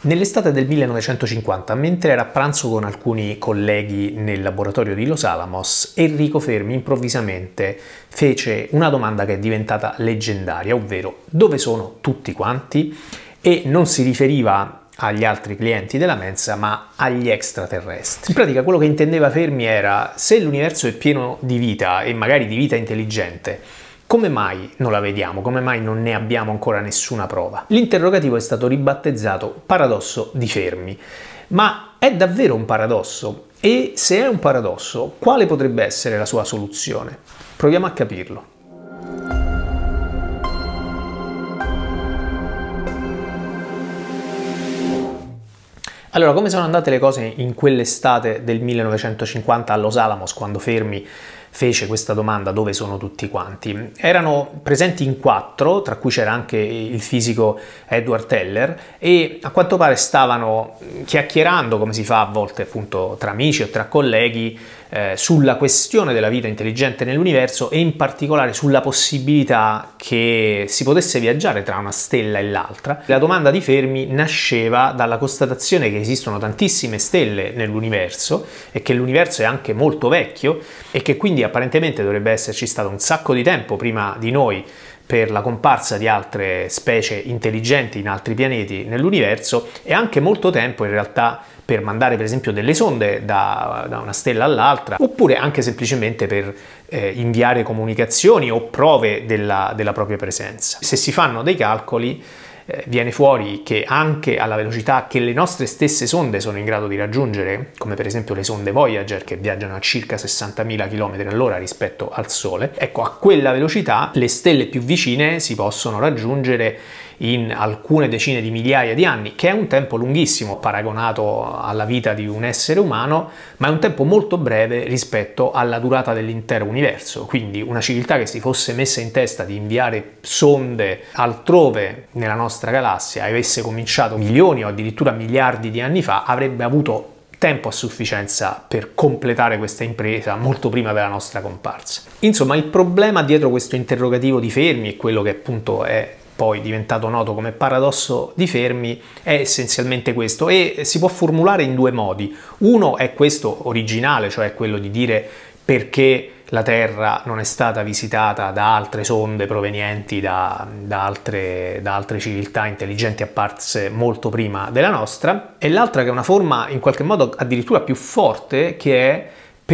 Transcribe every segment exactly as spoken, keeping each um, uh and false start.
Nell'estate del millenovecentocinquanta, mentre era a pranzo con alcuni colleghi nel laboratorio di Los Alamos, Enrico Fermi improvvisamente fece una domanda che è diventata leggendaria, ovvero: dove sono tutti quanti? E non si riferiva agli altri clienti della mensa, ma agli extraterrestri. In pratica quello che intendeva Fermi era: se l'universo è pieno di vita, e magari di vita intelligente, come mai non la vediamo? Come mai non ne abbiamo ancora nessuna prova? L'interrogativo è stato ribattezzato paradosso di Fermi. Ma è davvero un paradosso? E se è un paradosso, quale potrebbe essere la sua soluzione? Proviamo a capirlo. Allora, come sono andate le cose in quell'estate del millenovecentocinquanta a Los Alamos, quando Fermi fece questa domanda: dove sono tutti quanti? Erano presenti in quattro, tra cui c'era anche il fisico Edward Teller, e a quanto pare stavano chiacchierando, come si fa a volte appunto tra amici o tra colleghi, eh, sulla questione della vita intelligente nell'universo, e in particolare sulla possibilità che si potesse viaggiare tra una stella e l'altra. La domanda di Fermi nasceva dalla constatazione che esistono tantissime stelle nell'universo e che l'universo è anche molto vecchio e che quindi apparentemente dovrebbe esserci stato un sacco di tempo prima di noi per la comparsa di altre specie intelligenti in altri pianeti nell'universo, e anche molto tempo in realtà per mandare per esempio delle sonde da, da una stella all'altra, oppure anche semplicemente per eh, inviare comunicazioni o prove della, della propria presenza. Se si fanno dei calcoli, Eh, viene fuori che anche alla velocità che le nostre stesse sonde sono in grado di raggiungere, come per esempio le sonde Voyager, che viaggiano a circa sessantamila chilometri all'ora rispetto al Sole, ecco, a quella velocità le stelle più vicine si possono raggiungere in alcune decine di migliaia di anni, che è un tempo lunghissimo paragonato alla vita di un essere umano, ma è un tempo molto breve rispetto alla durata dell'intero universo. Quindi una civiltà che si fosse messa in testa di inviare sonde altrove nella nostra galassia e avesse cominciato milioni o addirittura miliardi di anni fa, avrebbe avuto tempo a sufficienza per completare questa impresa molto prima della nostra comparsa. Insomma, il problema dietro questo interrogativo di Fermi, e quello che appunto è poi diventato noto come paradosso di Fermi, è essenzialmente questo, e si può formulare in due modi. Uno è questo originale, cioè quello di dire perché la Terra non è stata visitata da altre sonde provenienti da, da, altre, da altre civiltà intelligenti apparse molto prima della nostra, e l'altra, che è una forma in qualche modo addirittura più forte, che è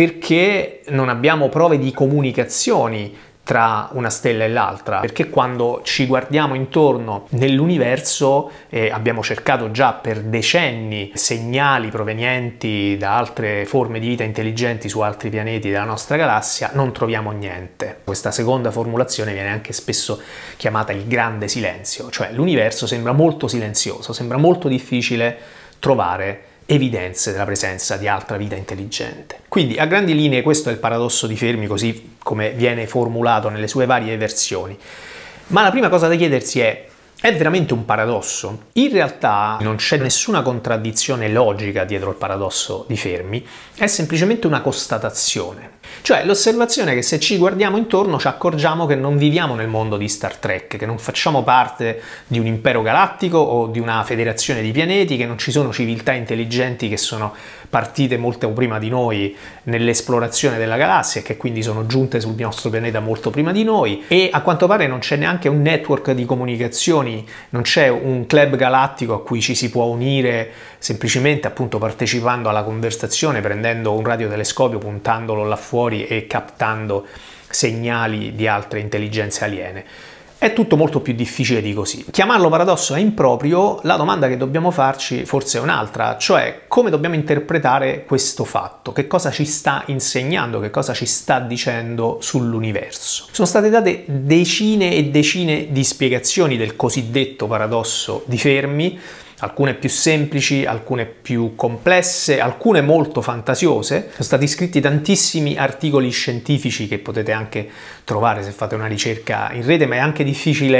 perché non abbiamo prove di comunicazioni tra una stella e l'altra, perché quando ci guardiamo intorno nell'universo eh, abbiamo cercato già per decenni segnali provenienti da altre forme di vita intelligenti su altri pianeti della nostra galassia, non troviamo niente. Questa seconda formulazione viene anche spesso chiamata il grande silenzio, cioè l'universo sembra molto silenzioso, sembra molto difficile trovare evidenze della presenza di altra vita intelligente. Quindi, a grandi linee, questo è il paradosso di Fermi, così come viene formulato nelle sue varie versioni. Ma la prima cosa da chiedersi è: è veramente un paradosso? In realtà non c'è nessuna contraddizione logica dietro il paradosso di Fermi, è semplicemente una constatazione. Cioè l'osservazione che se ci guardiamo intorno ci accorgiamo che non viviamo nel mondo di Star Trek, che non facciamo parte di un impero galattico o di una federazione di pianeti, che non ci sono civiltà intelligenti che sono partite molto prima di noi nell'esplorazione della galassia e che quindi sono giunte sul nostro pianeta molto prima di noi, e a quanto pare non c'è neanche un network di comunicazioni, non c'è un club galattico a cui ci si può unire semplicemente appunto partecipando alla conversazione, prendendo un radiotelescopio, puntandolo là fuori e captando segnali di altre intelligenze aliene. È tutto molto più difficile di così. Chiamarlo paradosso è improprio. La domanda che dobbiamo farci forse è un'altra, cioè come dobbiamo interpretare questo fatto? Che cosa ci sta insegnando? Che cosa ci sta dicendo sull'universo? Sono state date decine e decine di spiegazioni del cosiddetto paradosso di Fermi, alcune più semplici, alcune più complesse, alcune molto fantasiose. Sono stati scritti tantissimi articoli scientifici che potete anche trovare se fate una ricerca in rete, ma è anche difficile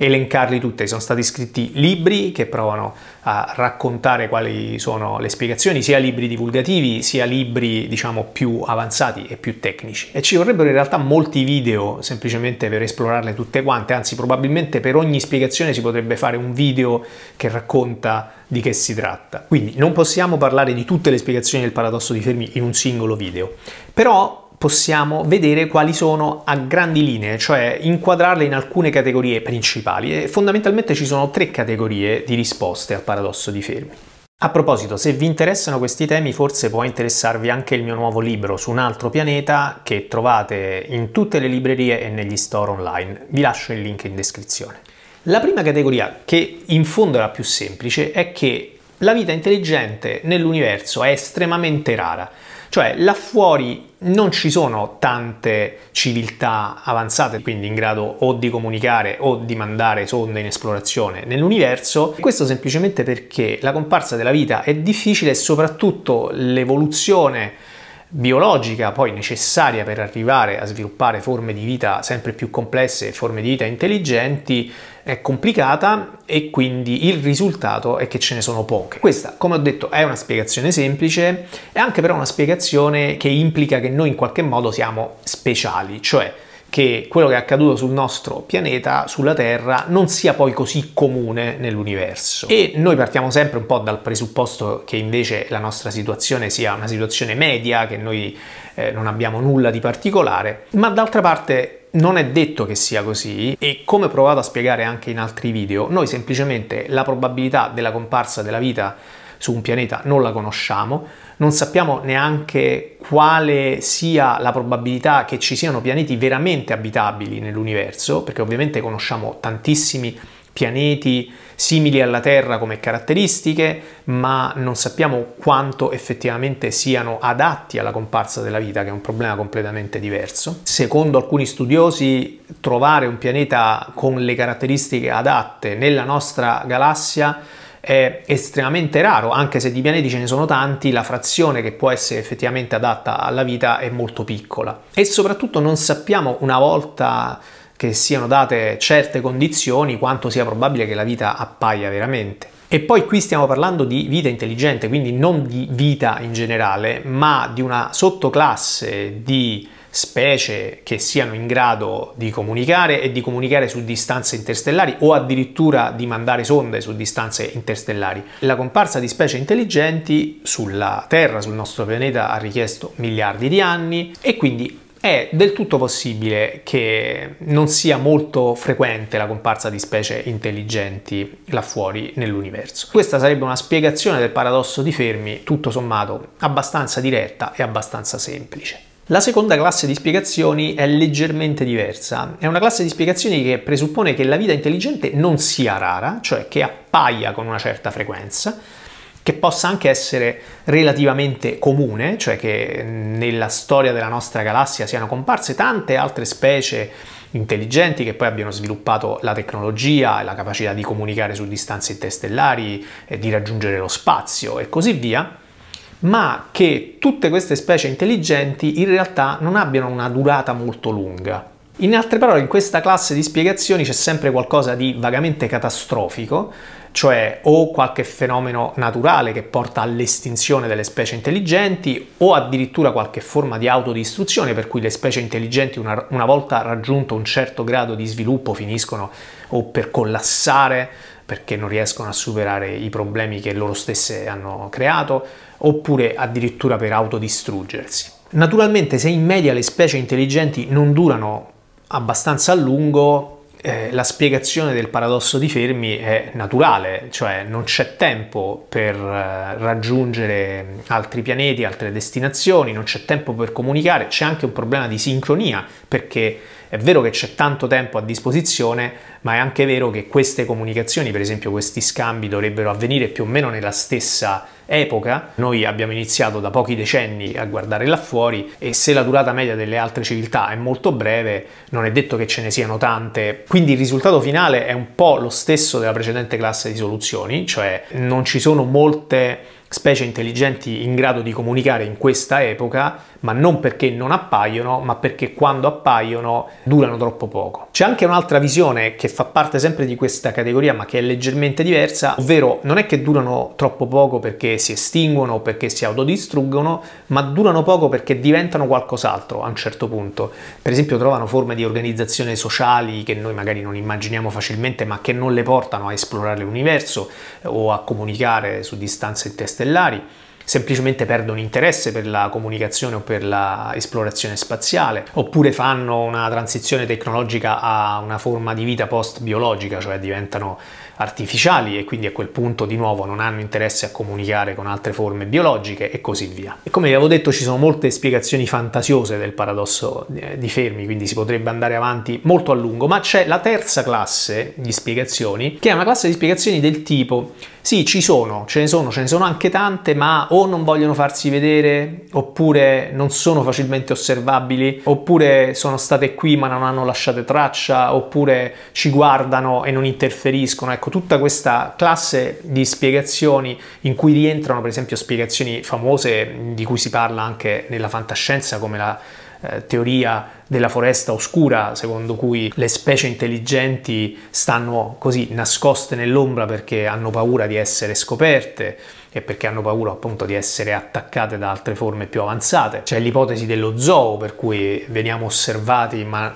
elencarli tutti. Sono stati scritti libri che provano a raccontare quali sono le spiegazioni, sia libri divulgativi, sia libri, diciamo, più avanzati e più tecnici. E ci vorrebbero in realtà molti video semplicemente per esplorarle tutte quante, anzi probabilmente per ogni spiegazione si potrebbe fare un video che racconta di che si tratta. Quindi non possiamo parlare di tutte le spiegazioni del paradosso di Fermi in un singolo video, però possiamo vedere quali sono a grandi linee, cioè inquadrarle in alcune categorie principali, e fondamentalmente ci sono tre categorie di risposte al paradosso di Fermi. A proposito, se vi interessano questi temi, forse può interessarvi anche il mio nuovo libro Su un altro pianeta, che trovate in tutte le librerie e negli store online. Vi lascio il link in descrizione. La prima categoria, che in fondo è la più semplice, è che la vita intelligente nell'universo è estremamente rara. Cioè, là fuori non ci sono tante civiltà avanzate, quindi in grado o di comunicare o di mandare sonde in esplorazione nell'universo. Questo semplicemente perché la comparsa della vita è difficile e soprattutto l'evoluzione biologica poi necessaria per arrivare a sviluppare forme di vita sempre più complesse e forme di vita intelligenti è complicata, e quindi il risultato è che ce ne sono poche. Questa, come ho detto, è una spiegazione semplice, è anche però una spiegazione che implica che noi in qualche modo siamo speciali, cioè che quello che è accaduto sul nostro pianeta, sulla Terra, non sia poi così comune nell'universo. E noi partiamo sempre un po' dal presupposto che invece la nostra situazione sia una situazione media, che noi eh, non abbiamo nulla di particolare, ma d'altra parte non è detto che sia così, e come ho provato a spiegare anche in altri video, noi semplicemente la probabilità della comparsa della vita su un pianeta non la conosciamo, non sappiamo neanche quale sia la probabilità che ci siano pianeti veramente abitabili nell'universo, perché ovviamente conosciamo tantissimi pianeti simili alla Terra come caratteristiche, ma non sappiamo quanto effettivamente siano adatti alla comparsa della vita, che è un problema completamente diverso. Secondo alcuni studiosi, trovare un pianeta con le caratteristiche adatte nella nostra galassia è estremamente raro, anche se di pianeti ce ne sono tanti, la frazione che può essere effettivamente adatta alla vita è molto piccola. E soprattutto non sappiamo, una volta che siano date certe condizioni, quanto sia probabile che la vita appaia veramente. E poi qui stiamo parlando di vita intelligente, quindi non di vita in generale, ma di una sottoclasse di specie che siano in grado di comunicare e di comunicare su distanze interstellari, o addirittura di mandare sonde su distanze interstellari. La comparsa di specie intelligenti sulla Terra, sul nostro pianeta, ha richiesto miliardi di anni, e quindi è del tutto possibile che non sia molto frequente la comparsa di specie intelligenti là fuori nell'universo. Questa sarebbe una spiegazione del paradosso di Fermi, tutto sommato abbastanza diretta e abbastanza semplice. La seconda classe di spiegazioni è leggermente diversa. È una classe di spiegazioni che presuppone che la vita intelligente non sia rara, cioè che appaia con una certa frequenza, che possa anche essere relativamente comune, cioè che nella storia della nostra galassia siano comparse tante altre specie intelligenti che poi abbiano sviluppato la tecnologia e la capacità di comunicare su distanze interstellari e di raggiungere lo spazio e così via, ma che tutte queste specie intelligenti in realtà non abbiano una durata molto lunga. In altre parole, in questa classe di spiegazioni c'è sempre qualcosa di vagamente catastrofico, cioè o qualche fenomeno naturale che porta all'estinzione delle specie intelligenti, o addirittura qualche forma di autodistruzione per cui le specie intelligenti una, una volta raggiunto un certo grado di sviluppo finiscono o per collassare perché non riescono a superare i problemi che loro stesse hanno creato, oppure addirittura per autodistruggersi. Naturalmente, se in media le specie intelligenti non durano abbastanza a lungo, Eh, la spiegazione del paradosso di Fermi è naturale, cioè non c'è tempo per eh, raggiungere altri pianeti, altre destinazioni, non c'è tempo per comunicare, c'è anche un problema di sincronia, perché è vero che c'è tanto tempo a disposizione, ma è anche vero che queste comunicazioni, per esempio questi scambi, dovrebbero avvenire più o meno nella stessa epoca. Noi abbiamo iniziato da pochi decenni a guardare là fuori, e se la durata media delle altre civiltà è molto breve, non è detto che ce ne siano tante. Quindi il risultato finale è un po' lo stesso della precedente classe di soluzioni, cioè non ci sono molte specie intelligenti in grado di comunicare in questa epoca, ma non perché non appaiono, ma perché quando appaiono durano troppo poco. C'è anche un'altra visione che fa parte sempre di questa categoria ma che è leggermente diversa, ovvero non è che durano troppo poco perché si estinguono o perché si autodistruggono, ma durano poco perché diventano qualcos'altro a un certo punto. Per esempio trovano forme di organizzazione sociali che noi magari non immaginiamo facilmente ma che non le portano a esplorare l'universo o a comunicare su distanze interstellari. Semplicemente perdono interesse per la comunicazione o per l'esplorazione spaziale, oppure fanno una transizione tecnologica a una forma di vita post-biologica, cioè diventano artificiali e quindi a quel punto di nuovo non hanno interesse a comunicare con altre forme biologiche e così via. E come vi avevo detto ci sono molte spiegazioni fantasiose del paradosso di Fermi, quindi si potrebbe andare avanti molto a lungo, ma c'è la terza classe di spiegazioni, che è una classe di spiegazioni del tipo: sì, ci sono, ce ne sono, ce ne sono anche tante, ma o non vogliono farsi vedere, oppure non sono facilmente osservabili, oppure sono state qui ma non hanno lasciato traccia, oppure ci guardano e non interferiscono. Ecco, tutta questa classe di spiegazioni in cui rientrano per esempio spiegazioni famose di cui si parla anche nella fantascienza, come la eh, teoria della foresta oscura, secondo cui le specie intelligenti stanno così nascoste nell'ombra perché hanno paura di essere scoperte e perché hanno paura appunto di essere attaccate da altre forme più avanzate. C'è l'ipotesi dello zoo, per cui veniamo osservati ma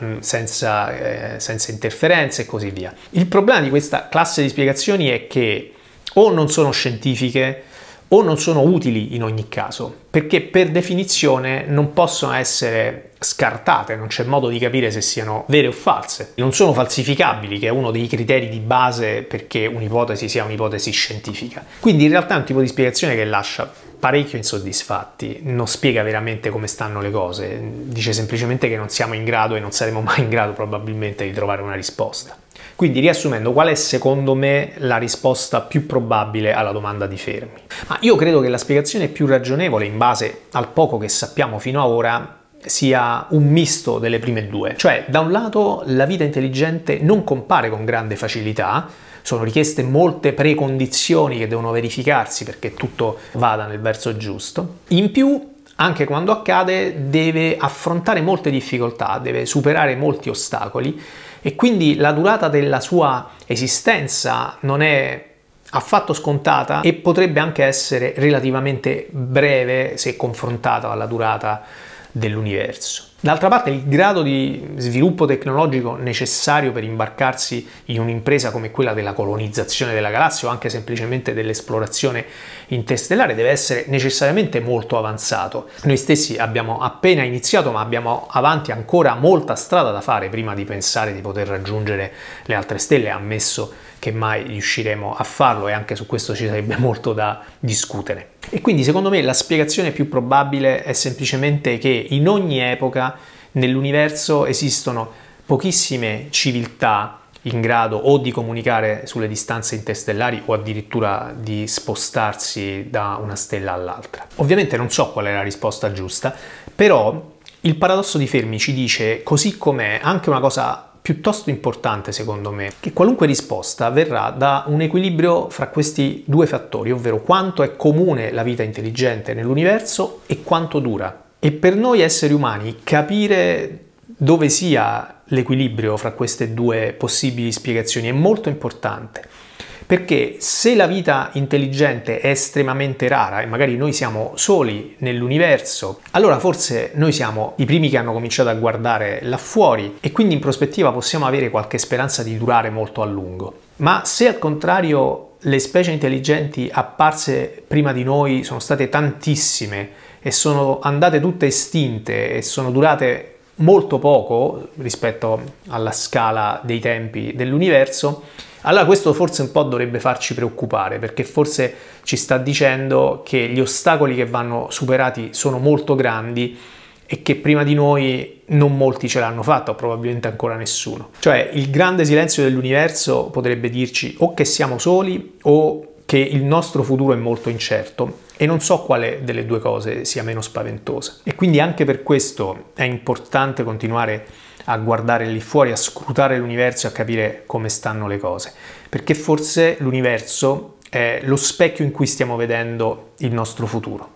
senza, eh, senza interferenze e così via. Il problema di questa classe di spiegazioni è che o non sono scientifiche o non sono utili in ogni caso, perché per definizione non possono essere scartate, non c'è modo di capire se siano vere o false. Non sono falsificabili, che è uno dei criteri di base perché un'ipotesi sia un'ipotesi scientifica. Quindi in realtà è un tipo di spiegazione che lascia parecchio insoddisfatti, non spiega veramente come stanno le cose, dice semplicemente che non siamo in grado e non saremo mai in grado probabilmente di trovare una risposta. Quindi riassumendo, qual è secondo me la risposta più probabile alla domanda di Fermi? Ma io credo che la spiegazione più ragionevole in base al poco che sappiamo fino ad ora sia un misto delle prime due, cioè da un lato la vita intelligente non compare con grande facilità, sono richieste molte precondizioni che devono verificarsi perché tutto vada nel verso giusto, in più anche quando accade deve affrontare molte difficoltà, deve superare molti ostacoli e quindi la durata della sua esistenza non è affatto scontata e potrebbe anche essere relativamente breve se confrontata alla durata dell'universo. D'altra parte il grado di sviluppo tecnologico necessario per imbarcarsi in un'impresa come quella della colonizzazione della galassia o anche semplicemente dell'esplorazione interstellare deve essere necessariamente molto avanzato. Noi stessi abbiamo appena iniziato, ma abbiamo avanti ancora molta strada da fare prima di pensare di poter raggiungere le altre stelle, ammesso che mai riusciremo a farlo, e anche su questo ci sarebbe molto da discutere. E quindi secondo me la spiegazione più probabile è semplicemente che in ogni epoca nell'universo esistono pochissime civiltà in grado o di comunicare sulle distanze interstellari o addirittura di spostarsi da una stella all'altra. Ovviamente non so qual è la risposta giusta, però il paradosso di Fermi ci dice, così com'è, anche una cosa piuttosto importante secondo me, che qualunque risposta verrà da un equilibrio fra questi due fattori, ovvero quanto è comune la vita intelligente nell'universo e quanto dura. E per noi esseri umani capire dove sia l'equilibrio fra queste due possibili spiegazioni è molto importante, perché se la vita intelligente è estremamente rara e magari noi siamo soli nell'universo, allora forse noi siamo i primi che hanno cominciato a guardare là fuori e quindi in prospettiva possiamo avere qualche speranza di durare molto a lungo. Ma se al contrario le specie intelligenti apparse prima di noi sono state tantissime e sono andate tutte estinte e sono durate molto poco rispetto alla scala dei tempi dell'universo, allora questo forse un po' dovrebbe farci preoccupare, perché forse ci sta dicendo che gli ostacoli che vanno superati sono molto grandi e che prima di noi non molti ce l'hanno fatta, o probabilmente ancora nessuno. Cioè il grande silenzio dell'universo potrebbe dirci o che siamo soli o che il nostro futuro è molto incerto, e non so quale delle due cose sia meno spaventosa. E quindi anche per questo è importante continuare a guardare lì fuori, a scrutare l'universo e a capire come stanno le cose, perché forse l'universo è lo specchio in cui stiamo vedendo il nostro futuro.